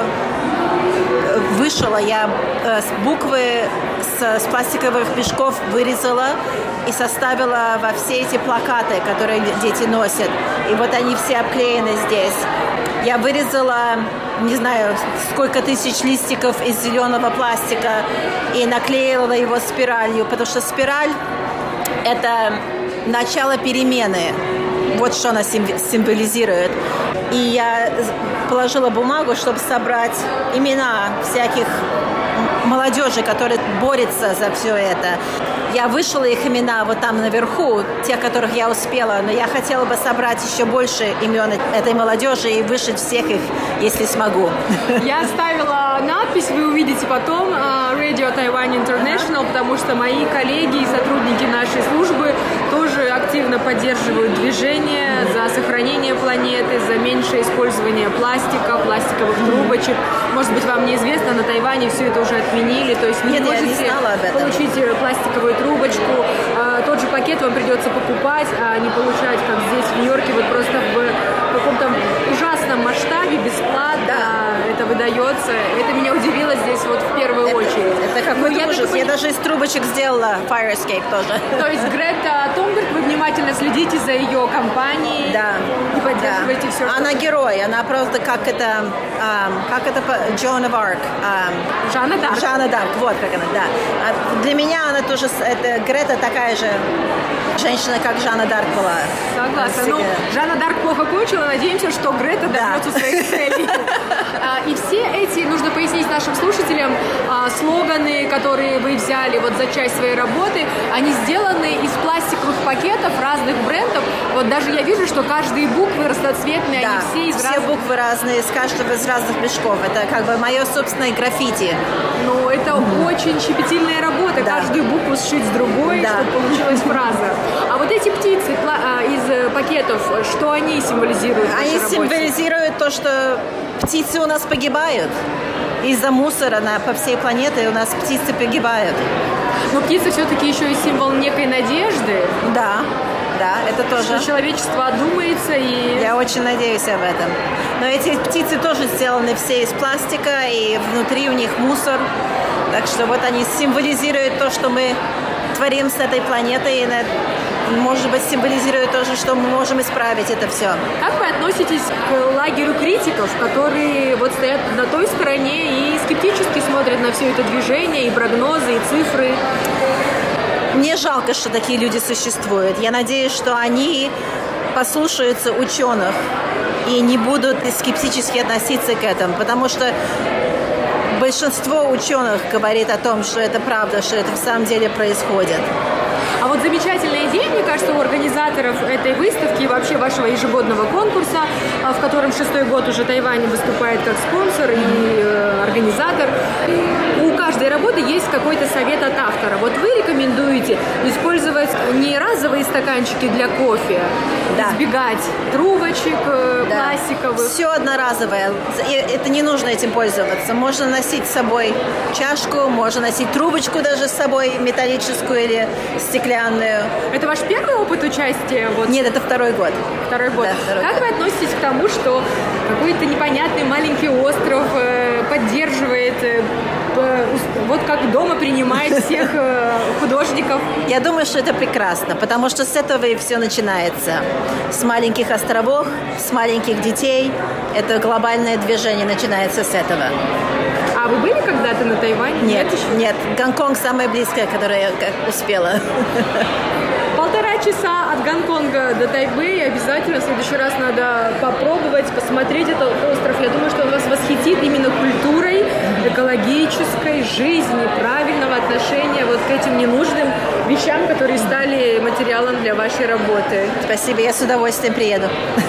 вышила, я буквы с пластиковых мешков вырезала и составила во все эти плакаты, которые дети носят. И вот они все обклеены здесь. Я вырезала, не знаю, сколько тысяч листиков из зеленого пластика и наклеила его спиралью, потому что спираль – это начало перемены. Вот что она символизирует. И я положила бумагу, чтобы собрать имена всяких молодежи, которая борется за все это. Я вышла их имена вот там наверху, тех, которых я успела, но я хотела бы собрать еще больше имен этой молодежи и вышить всех их, если смогу. Я оставила надпись, вы увидите потом, Radio Taiwan International, потому что мои коллеги и сотрудники нашей службы тоже активно поддерживают движение за сохранение планеты, за меньшее использование пластика, пластиковых трубочек. Может быть, вам неизвестно, на Тайване все это уже отменили, то есть вы Нет, можете я не знала об этом. получить пластиковую трубочку, тот же пакет вам придется покупать, а не получать, как здесь в Нью-Йорке, вот просто в каком-то ужасном масштабе, бесплатно это выдается. Это меня удивило здесь вот в первую очередь. Это какой-то ужас. Я даже из трубочек сделала Firescape тоже. То есть Грета Тунберг, вы внимательно следите за ее компанией и поддерживаете все, что... Она герой, она просто как это Joan of Arc. Жанна Дарк. Жанна Дарк, вот как она, да. Для меня она тоже, Грета такая же женщина, как Жанна Дарк была. Согласна. Ну, Жанна Дарк плохо кончила, надеемся, что Грета добьется своих целей. И все эти, нужно пояснить нашим слушателям, слоганы, которые вы взяли вот за часть своей работы, они сделаны из пластиковых пакетов разных брендов. Вот даже я вижу, что каждые буквы разноцветные, они все из разных... все буквы разные, из каждого из разных мешков. Это как бы мое собственное граффити. Ну, это очень щепетильная работа. Каждую букву сшить с другой, чтобы получилась фраза. А вот эти птицы из пакетов, что они символизируют? Они символизируют то, что птицы у нас погибают. Из-за мусора по всей планете у нас птицы погибают. Но птица все-таки еще и символ некой надежды. Да, это тоже. Что человечество одумается и... Я очень надеюсь об этом. Но эти птицы тоже сделаны все из пластика, и внутри у них мусор. Так что вот они символизируют то, что мы творим с этой планетой, и, может быть, символизирует тоже, что мы можем исправить это все. Как вы относитесь к лагерю критиков, которые вот стоят на той стороне и скептически смотрят на все это движение, и прогнозы, и цифры? Мне жалко, что такие люди существуют. Я надеюсь, что они послушаются ученых и не будут скептически относиться к этому, потому что большинство ученых говорит о том, что это правда, что это в самом деле происходит. А вот замечательная идея, мне кажется, у организаторов этой выставки и вообще вашего ежегодного конкурса, в котором 6-й год уже Тайвань выступает как спонсор и организатор. У каждой работы есть какой-то совет от автора. Вот вы рекомендуете использовать не разовые стаканчики для кофе, избегать трубочек пластиковых. Все одноразовое. Это не нужно этим пользоваться. Можно носить с собой чашку, можно носить трубочку даже с собой, металлическую или стеклянную. Это ваш первый опыт участия? Вот? Нет, это второй год. Второй год. Да, как вы относитесь к тому, что какой-то непонятный маленький остров поддерживает, вот как дома принимает всех художников. Я думаю, что это прекрасно, потому что с этого и все начинается. С маленьких островов, с маленьких детей. Это глобальное движение начинается с этого. А вы были когда-то на Тайване? Нет. Гонконг самое близкое, которое я успела. 1,5 часа от Гонконга до Тайбэя. Обязательно в следующий раз надо попробовать, посмотреть этот остров. Я думаю, что он вас восхитит именно культурой, экологической жизни, правильного отношения вот к этим ненужным вещам, которые стали материалом для вашей работы. Спасибо, я с удовольствием приеду.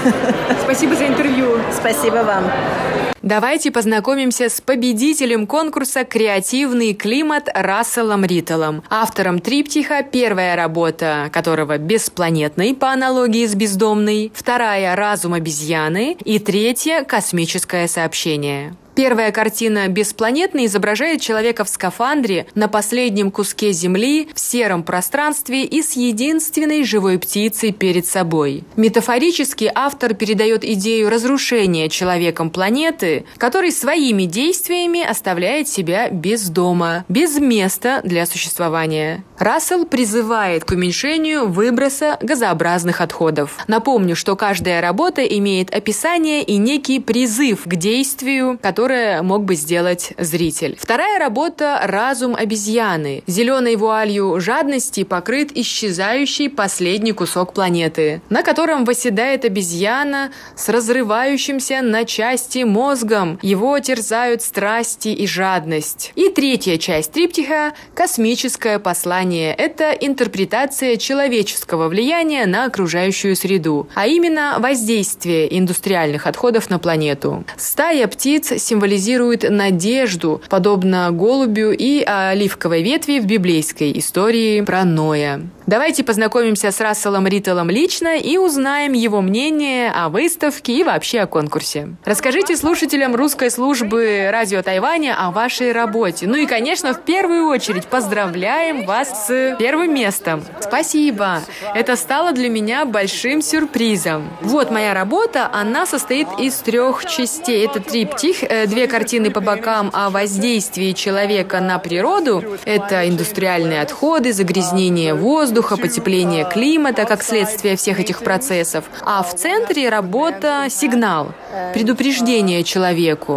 Спасибо за интервью. Спасибо вам. Давайте познакомимся с победителем конкурса «Креативный климат» Расселом Риттелом, автором триптиха, первая работа которого «Беспланетный» по аналогии с «Бездомный», вторая «Разум обезьяны» и третья «Космическое сообщение». Первая картина «Беспланетный» изображает человека в скафандре на последнем куске Земли в сером пространстве и с единственной живой птицей перед собой. Метафорически автор передает идею разрушения человеком планеты, который своими действиями оставляет себя без дома, без места для существования. Рассел призывает к уменьшению выброса газообразных отходов. Напомню, что каждая работа имеет описание и некий призыв к действию, которое мог бы сделать зритель. Вторая работа «Разум обезьяны». Зеленой вуалью жадности покрыт исчезающий последний кусок планеты, на котором восседает обезьяна с разрывающимся на части мозгом. Его терзают страсти и жадность. И третья часть триптиха «Космическое послание». Это интерпретация человеческого влияния на окружающую среду, а именно воздействие индустриальных отходов на планету. Стая птиц символизирует надежду, подобно голубю и оливковой ветви в библейской истории про Ноя. Давайте познакомимся с Расселом Риттелом лично и узнаем его мнение о выставке и вообще о конкурсе. Расскажите слушателям русской службы радио Тайваня о вашей работе. Ну и, конечно, в первую очередь поздравляем вас с первым местом. Спасибо! Это стало для меня большим сюрпризом. Вот моя работа, она состоит из 3 частей. Это триптих, 2 картины по бокам о воздействии человека на природу. Это индустриальные отходы, загрязнение воздуха, потепление климата как следствие всех этих процессов. А в центре работа «Сигнал», предупреждение человеку.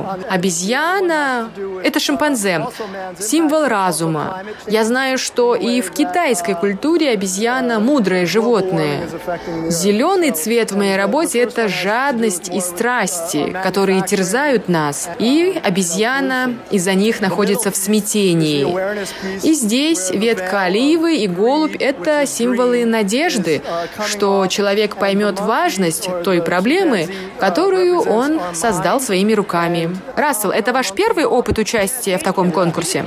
Обезьяна – это шимпанзе, символ разума. Я знаю, что и в китайской культуре обезьяна – мудрое животное. Зеленый цвет в моей работе – это жадность и страсти, которые терзают нас. И обезьяна из-за них находится в смятении. И здесь ветка оливы и голубь – это символы надежды, что человек поймет важность той проблемы, которую он создал своими руками. Рассел, это ваш первый опыт участия в таком конкурсе?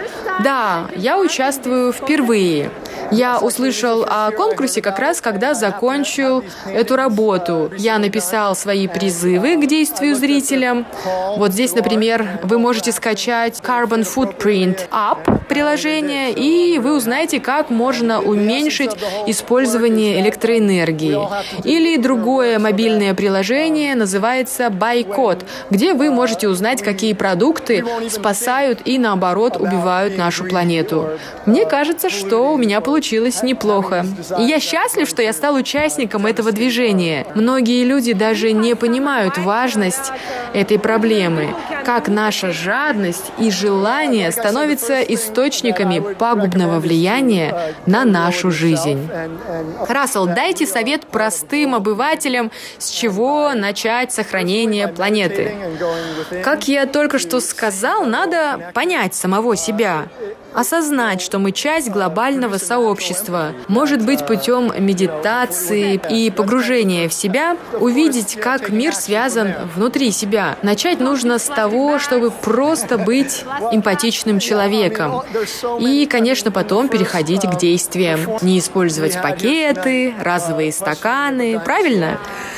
Да, я участвую впервые. Я услышал о конкурсе как раз, когда закончил эту работу. Я написал свои призывы к действию зрителям. Вот здесь, например, вы можете скачать Carbon Footprint App приложение, и вы узнаете, как можно уменьшить использование электроэнергии. Или другое мобильное приложение называется Бойкот, где вы можете узнать, какие продукты спасают и, наоборот, убивают нашу планету. Мне кажется, что у меня получилось неплохо. И я счастлив, что я стал участником этого движения. Многие люди даже не понимают важность этой проблемы, как наша жадность и желание становятся источниками пагубного влияния на нашу жизнь. Рассел, дайте совет простым обывателям, с чего начать сохранение планеты. Как я только что сказал, надо понять самого себя. Осознать, что мы часть глобального сообщества, может быть, путем медитации и погружения в себя, увидеть, как мир связан внутри себя. Начать нужно с того, чтобы просто быть эмпатичным человеком. И, конечно, потом переходить к действиям. Не использовать пакеты, разовые стаканы. Правильно?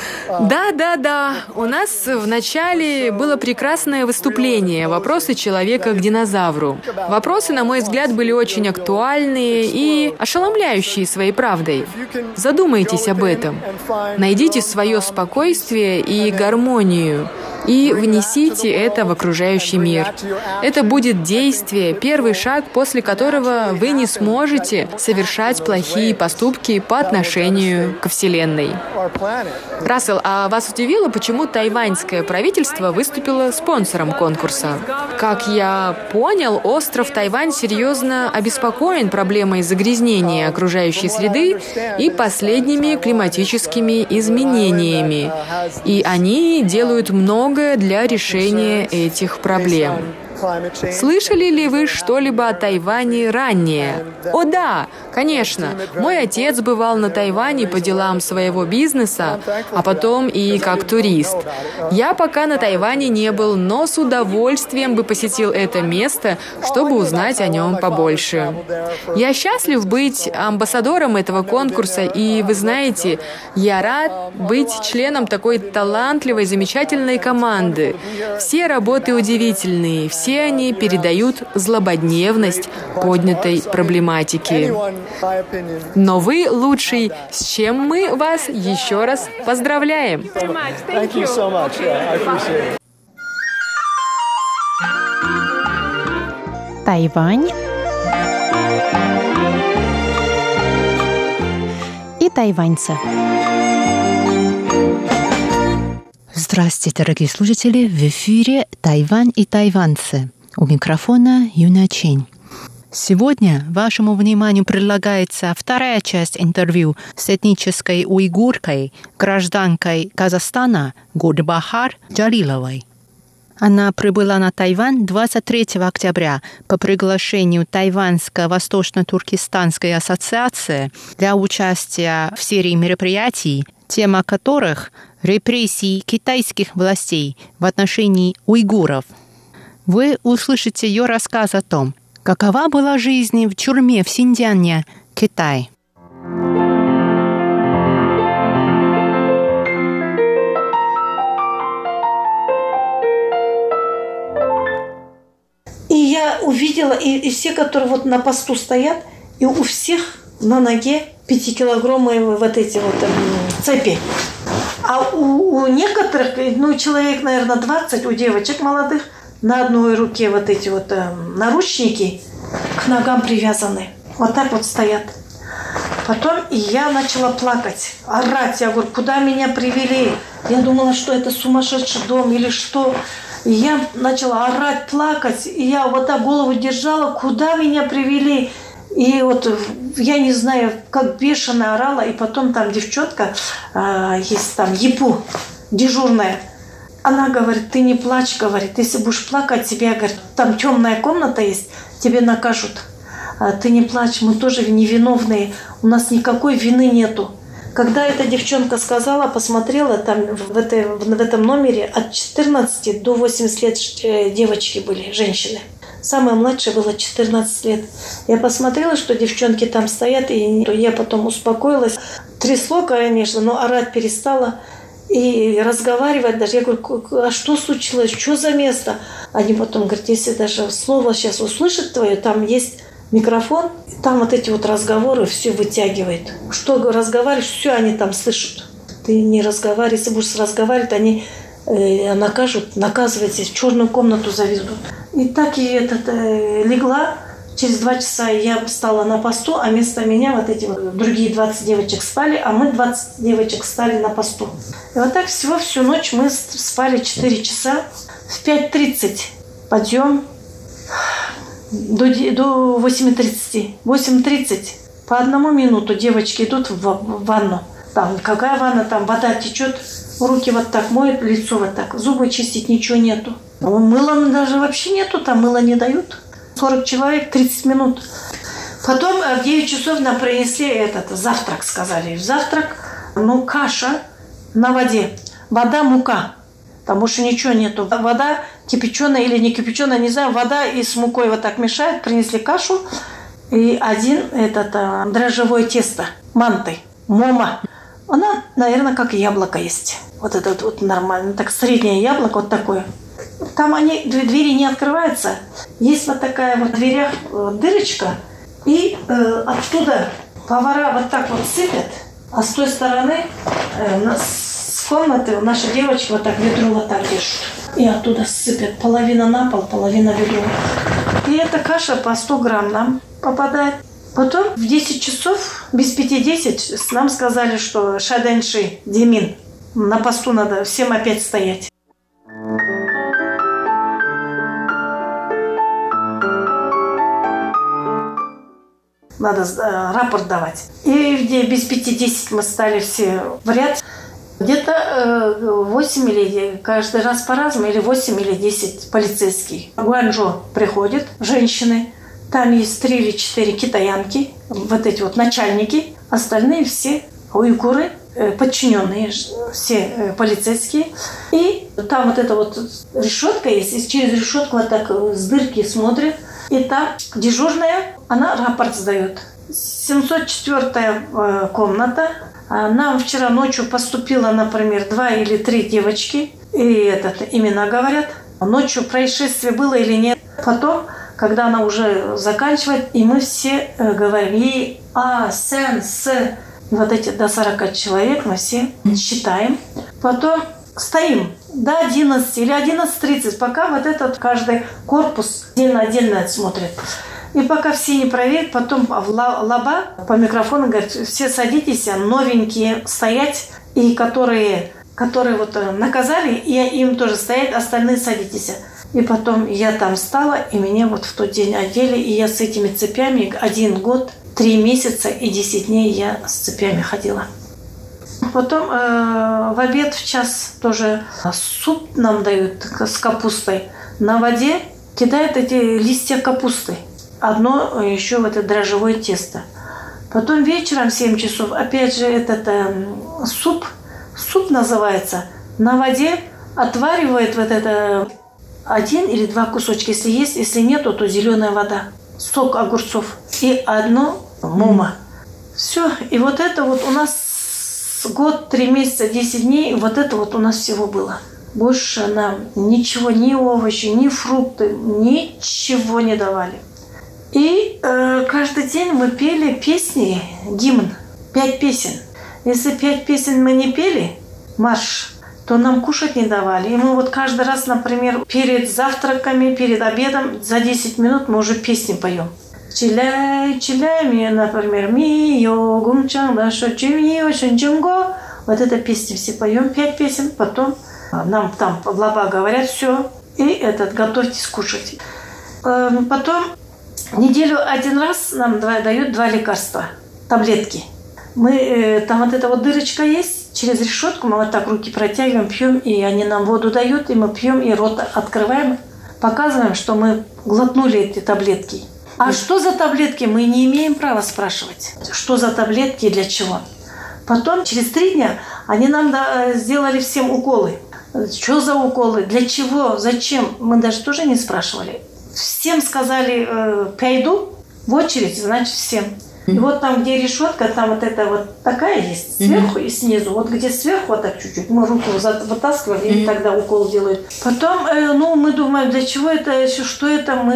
Да. У нас в начале было прекрасное выступление «Вопросы человека к динозавру». Вопросы, на мой взгляд, были очень актуальные и ошеломляющие своей правдой. Задумайтесь об этом. Найдите свое спокойствие и гармонию. и внесите это в окружающий мир. Это будет действие, первый шаг, после которого вы не сможете совершать плохие поступки по отношению ко Вселенной. Рассел, а вас удивило, почему тайваньское правительство выступило спонсором конкурса? Как я понял, остров Тайвань серьезно обеспокоен проблемой загрязнения окружающей среды и последними климатическими изменениями. И они делают многое для решения этих проблем. Слышали ли вы что-либо о Тайване ранее? О да, конечно. Мой отец бывал на Тайване по делам своего бизнеса, а потом и как турист. Я пока на Тайване не был, но с удовольствием бы посетил это место, чтобы узнать о нем побольше. Я счастлив быть амбассадором этого конкурса, и вы знаете, я рад быть членом такой талантливой, замечательной команды. Все работы удивительные, все они передают злободневность поднятой проблематики. Но вы лучший, с чем мы вас еще раз поздравляем. Тайвань и тайваньцы. Здравствуйте, дорогие слушатели! В эфире «Тайвань и тайваньцы». У микрофона Юна Чень. Сегодня вашему вниманию предлагается вторая часть интервью с этнической уйгуркой, гражданкой Казахстана Гурбахар Джалиловой. Она прибыла на Тайвань 23 октября по приглашению Тайваньско-Восточно-Туркестанской ассоциации для участия в серии мероприятий, тема которых – репрессии китайских властей в отношении уйгуров. Вы услышите ее рассказ о том, какова была жизнь в тюрьме в Синьцзяне, Китай. И я увидела, и все, которые вот на посту стоят, и у всех на ноге 5-килограммовые вот эти вот цепи. А у некоторых, человек, наверное, 20, у девочек молодых, на одной руке вот эти вот наручники к ногам привязаны. Вот так вот стоят. Потом я начала плакать, орать. Я говорю, куда меня привели? Я думала, что это сумасшедший дом или что. И я начала орать, плакать. И я вот так голову держала, куда меня привели? И вот я не знаю, как бешено орала. И потом там девчонка, есть там Епу, дежурная. Она говорит, ты не плачь, говорит. Если будешь плакать, тебя, говорит, там темная комната есть, тебе накажут. Ты не плачь, мы тоже невиновные. У нас никакой вины нету. Когда эта девчонка сказала, посмотрела, там в этом номере от 14 до 80 лет девочки были, женщины. Самая младшая была 14 лет. Я посмотрела, что девчонки там стоят, и я потом успокоилась. Трясло, конечно, но орать перестала. И разговаривать даже. Я говорю, а что случилось? Что за место? Они потом говорят, если даже слово сейчас услышат твое, там есть микрофон, там вот эти вот разговоры все вытягивает. Что разговариваешь, все они там слышат. Ты не разговаривай. Если будешь разговаривать, они наказывать, в черную комнату заведут. И так и легла. Через 2 часа я встала на посту, а вместо меня вот эти вот другие 20 девочек спали, а мы 20 девочек стали на посту. И вот так всю ночь мы спали 4 часа. В 5:30 подъем до 8:30. 8:30 по 1 минуту девочки идут в ванну. Там какая ванна, там вода течет, руки вот так моют, лицо вот так, зубы чистить ничего нету. Мыла даже вообще нету, там мыла не дают. 40 человек, 30 минут. Потом в 9 часов нам принесли завтрак, сказали. Завтрак, каша на воде. Вода, мука. Там больше ничего нету. Вода кипяченая или не кипяченая, не знаю. Вода и с мукой вот так мешают. Принесли кашу и один дрожжевое тесто. Манты. Мома. Она, наверное, как яблоко есть. Вот это вот нормально. Так среднее яблоко вот такое. Там двери не открываются. Есть вот такая вот в дверях дырочка. И оттуда повара вот так вот сыпят. А с той стороны с комнаты наши девочки вот так ведро вот так держат. И оттуда сыпят. Половина на пол, половина ведро. И эта каша по 100 грамм нам попадает. Потом в 10 часов, без 5-10, нам сказали, что шаденши, Демин, на посту надо всем опять стоять. Надо рапорт давать. И без 5-10 мы стали все в ряд. Где-то 8 или каждый раз по-разному, или 8 или 10 полицейских. Гуанчжоу приходят женщины. Там есть 3 или 4 китаянки, вот эти вот начальники. Остальные все уйгуры, подчиненные, все полицейские. И там вот эта вот решетка есть. И через решетку вот так с дырки смотрят. И там дежурная, она рапорт сдает. 704 комната. Нам вчера ночью поступило, например, 2 или 3 девочки. И имена говорят. Ночью происшествие было или нет. Потом, когда она уже заканчивает, и мы все говорим ей сен, с. Вот эти до 40 человек мы все считаем. Потом стоим до 11 или 11:30, пока вот этот каждый корпус отдельно смотрит. И пока все не проверят, потом в лаба по микрофону говорят, все садитесь, новенькие стоять, и которые вот наказали, и им тоже стоять, остальные садитесь. И потом я там стала, и меня вот в тот день одели, и я с этими цепями 1 год, 3 месяца и 10 дней я с цепями ходила. Потом в обед в час тоже суп нам дают с капустой. На воде кидают эти листья капусты. Одно еще в это дрожжевое тесто. Потом вечером в 7 часов опять же этот суп называется. На воде отваривают вот это 1 или 2 кусочка, если есть. Если нету, то зеленая вода. Сок огурцов. И одно момо. Все. И вот это вот у нас год, 3 месяца, 10 дней. Вот это вот у нас всего было. Больше нам ничего, ни овощи, ни фрукты, ничего не давали. И каждый день мы пели песни, гимн, 5 песен. Если 5 песен мы не пели, марш, то нам кушать не давали. И мы вот каждый раз, например, перед завтраками, перед обедом, за 10 минут мы уже песни поем. Чиляй, чиляй, мне, например, ми-йо, гумчан, дашо, чимьё, чунчунго. Вот эта песня все поем, 5 песен, потом нам там в лаба говорят, все, и готовьтесь кушать. Потом неделю 1 раз нам дают 2 лекарства, таблетки. Мы, там вот эта вот дырочка есть, через решетку мы вот так руки протягиваем, пьем, и они нам воду дают, и мы пьем, и рот открываем, показываем, что мы глотнули эти таблетки. А что за таблетки, мы не имеем права спрашивать. Что за таблетки и для чего. Потом, через 3 дня, они нам сделали всем уколы. Что за уколы, для чего, зачем, мы даже тоже не спрашивали. Всем сказали, пойду в очередь, значит, всем. И вот там, где решетка, там вот эта вот такая есть, сверху и снизу. Вот где сверху, вот так чуть-чуть, мы руку вытаскиваем, и тогда укол делают. Потом, мы думаем, для чего это, что это, мы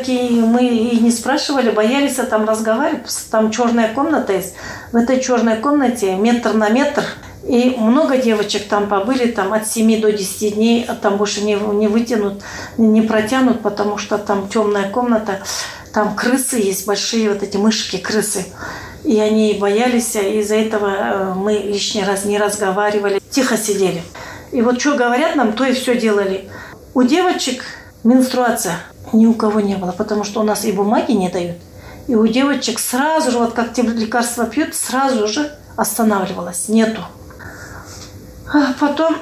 и не спрашивали, боялись там разговаривать. Там черная комната есть. В этой черной комнате 1 метр на метр. И много девочек там побыли, там от 7 до 10 дней, а там больше не вытянут, не протянут, потому что там темная комната. Там крысы есть, большие вот эти мышки-крысы. И они боялись, и из-за этого мы лишний раз не разговаривали, тихо сидели. И вот что говорят нам, то и все делали. У девочек менструация ни у кого не было, потому что у нас и бумаги не дают. И у девочек сразу же, вот как те лекарства пьют, сразу же останавливалось, нету. А потом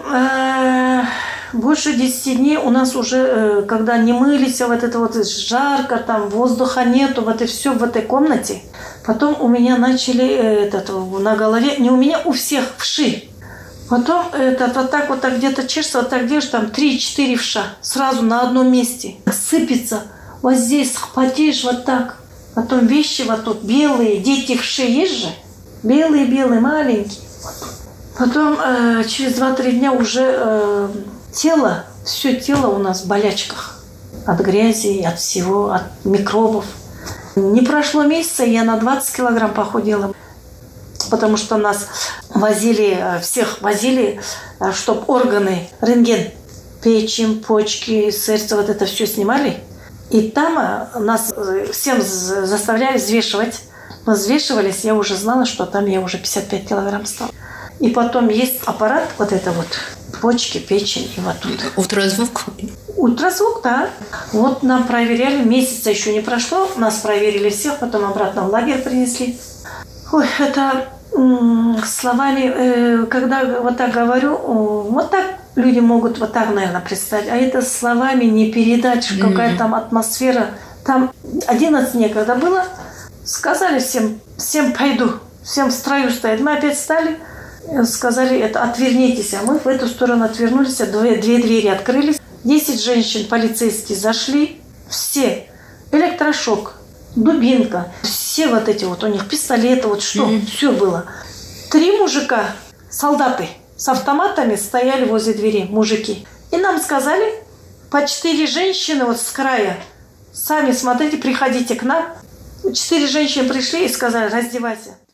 больше 10 дней у нас уже, когда не мылись, вот это вот жарко, там воздуха нету, вот и все в этой комнате. Потом у меня начали на голове, не у меня, у всех вши. Потом вот так где-то чешется, вот так делаешь, там 3-4 вша сразу на одном месте. Сыпется. Вот здесь потеешь вот так. Потом вещи вот тут белые, дети вши есть же? Белые, маленькие. Потом через 2-3 дня уже все тело у нас в болячках. От грязи, от всего, от микробов. Не прошло месяца, я на 20 килограмм похудела. Потому что нас всех возили, чтобы органы, рентген, печень, почки, сердце, вот это все снимали. И там нас всем заставляли взвешивать. Мы взвешивались, я уже знала, что там я уже 55 килограмм стала. И потом есть аппарат, вот это вот, почки, печень и вот тут. Ультразвук? Ультразвук, да. Вот нам проверяли, месяца еще не прошло, нас проверили всех, потом обратно в лагерь принесли. Ой, это словами, когда вот так говорю, вот так люди могут вот так, наверное, представить. А это словами не передать, какая там атмосфера. Там 11 некогда было. Сказали всем пойду, всем в строю стоять. Мы опять встали, сказали, это отвернитесь. А мы в эту сторону отвернулись, две двери открылись. 10 женщин полицейские зашли, все. Электрошок, дубинка, все вот эти вот у них пистолеты, вот что, все было. 3 мужика, солдаты, с автоматами стояли возле двери, мужики. И нам сказали, по 4 женщины вот с края, сами смотрите, приходите к нам. 4 женщины пришли и сказали, раздевайся.